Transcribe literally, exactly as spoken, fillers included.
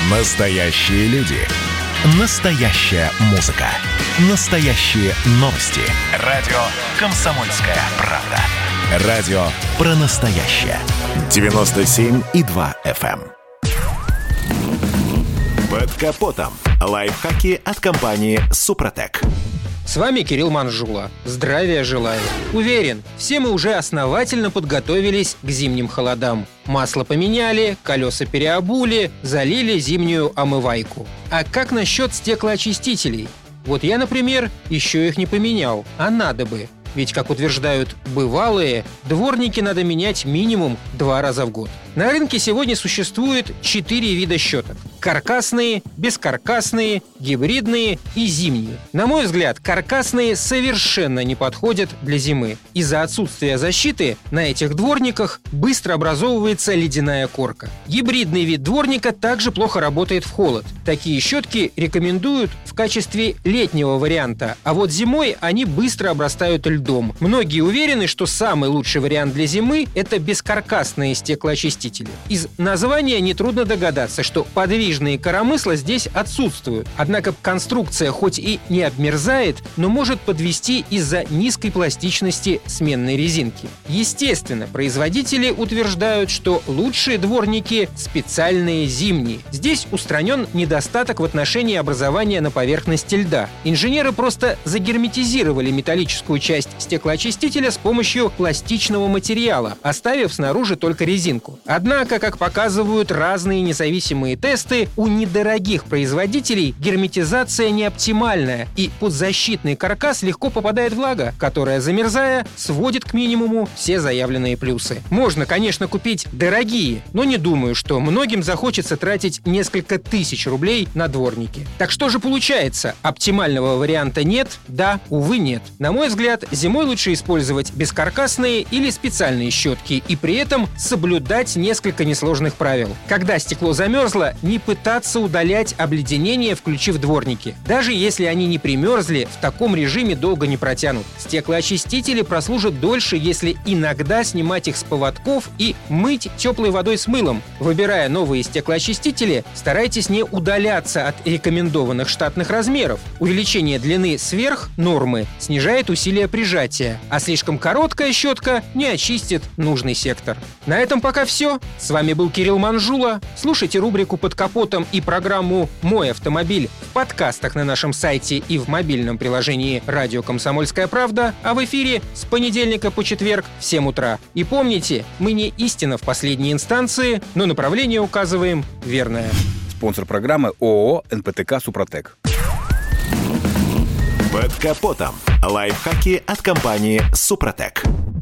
Настоящие люди. Настоящая музыка. Настоящие новости. Радио «Комсомольская правда». Радио про настоящее. девяносто семь и два эф эм. Под капотом. Лайфхаки от компании «Супротек». С вами Кирилл Манжула. Здравия желаю. Уверен, все мы уже основательно подготовились к зимним холодам. Масло поменяли, колеса переобули, залили зимнюю омывайку. А как насчет стеклоочистителей? Вот я, например, еще их не поменял, а надо бы. Ведь, как утверждают бывалые, дворники надо менять минимум два раза в год. На рынке сегодня существует четыре вида щеток. Каркасные, бескаркасные, гибридные и зимние. На мой взгляд, каркасные совершенно не подходят для зимы. Из-за отсутствия защиты на этих дворниках быстро образовывается ледяная корка. Гибридный вид дворника также плохо работает в холод. Такие щетки рекомендуют в качестве летнего варианта, а вот зимой они быстро обрастают льдом. Многие уверены, что самый лучший вариант для зимы – это бескаркасные стеклоочистители. Из названия нетрудно догадаться, что подвижные коромысла здесь отсутствуют. Однако конструкция хоть и не обмерзает, но может подвести из-за низкой пластичности сменной резинки. Естественно, производители утверждают, что лучшие дворники специальные зимние. Здесь устранен недостаток в отношении образования на поверхности льда. Инженеры просто загерметизировали металлическую часть стеклоочистителя с помощью пластичного материала, оставив снаружи только резинку. Однако, как показывают разные независимые тесты, у недорогих производителей герметизация не оптимальная, и под защитный каркас легко попадает влага, которая, замерзая, сводит к минимуму все заявленные плюсы. Можно, конечно, купить дорогие, но не думаю, что многим захочется тратить несколько тысяч рублей на дворники. Так что же получается? Оптимального варианта нет? Да, увы, нет. На мой взгляд, зимой лучше использовать бескаркасные или специальные щетки и при этом соблюдать несколько несложных правил. Когда стекло замерзло, не пытаться удалять обледенение, включив дворники. Даже если они не примерзли, в таком режиме долго не протянут. Стеклоочистители прослужат дольше, если иногда снимать их с поводков и мыть теплой водой с мылом. Выбирая новые стеклоочистители, старайтесь не удаляться от рекомендованных штатных размеров. Увеличение длины сверх нормы снижает усилие прижатия, а слишком короткая щетка не очистит нужный сектор. На этом пока все. С вами был Кирилл Манжула. Слушайте рубрику «Под капотом» и программу «Мой автомобиль» в подкастах на нашем сайте и в мобильном приложении «Радио Комсомольская правда», а в эфире с понедельника по четверг в семь утра. И помните, мы не истина в последней инстанции, но направление указываем верное. Спонсор программы ООО «эн пэ тэ ка Супротек». Под капотом. Лайфхаки от компании «Супротек».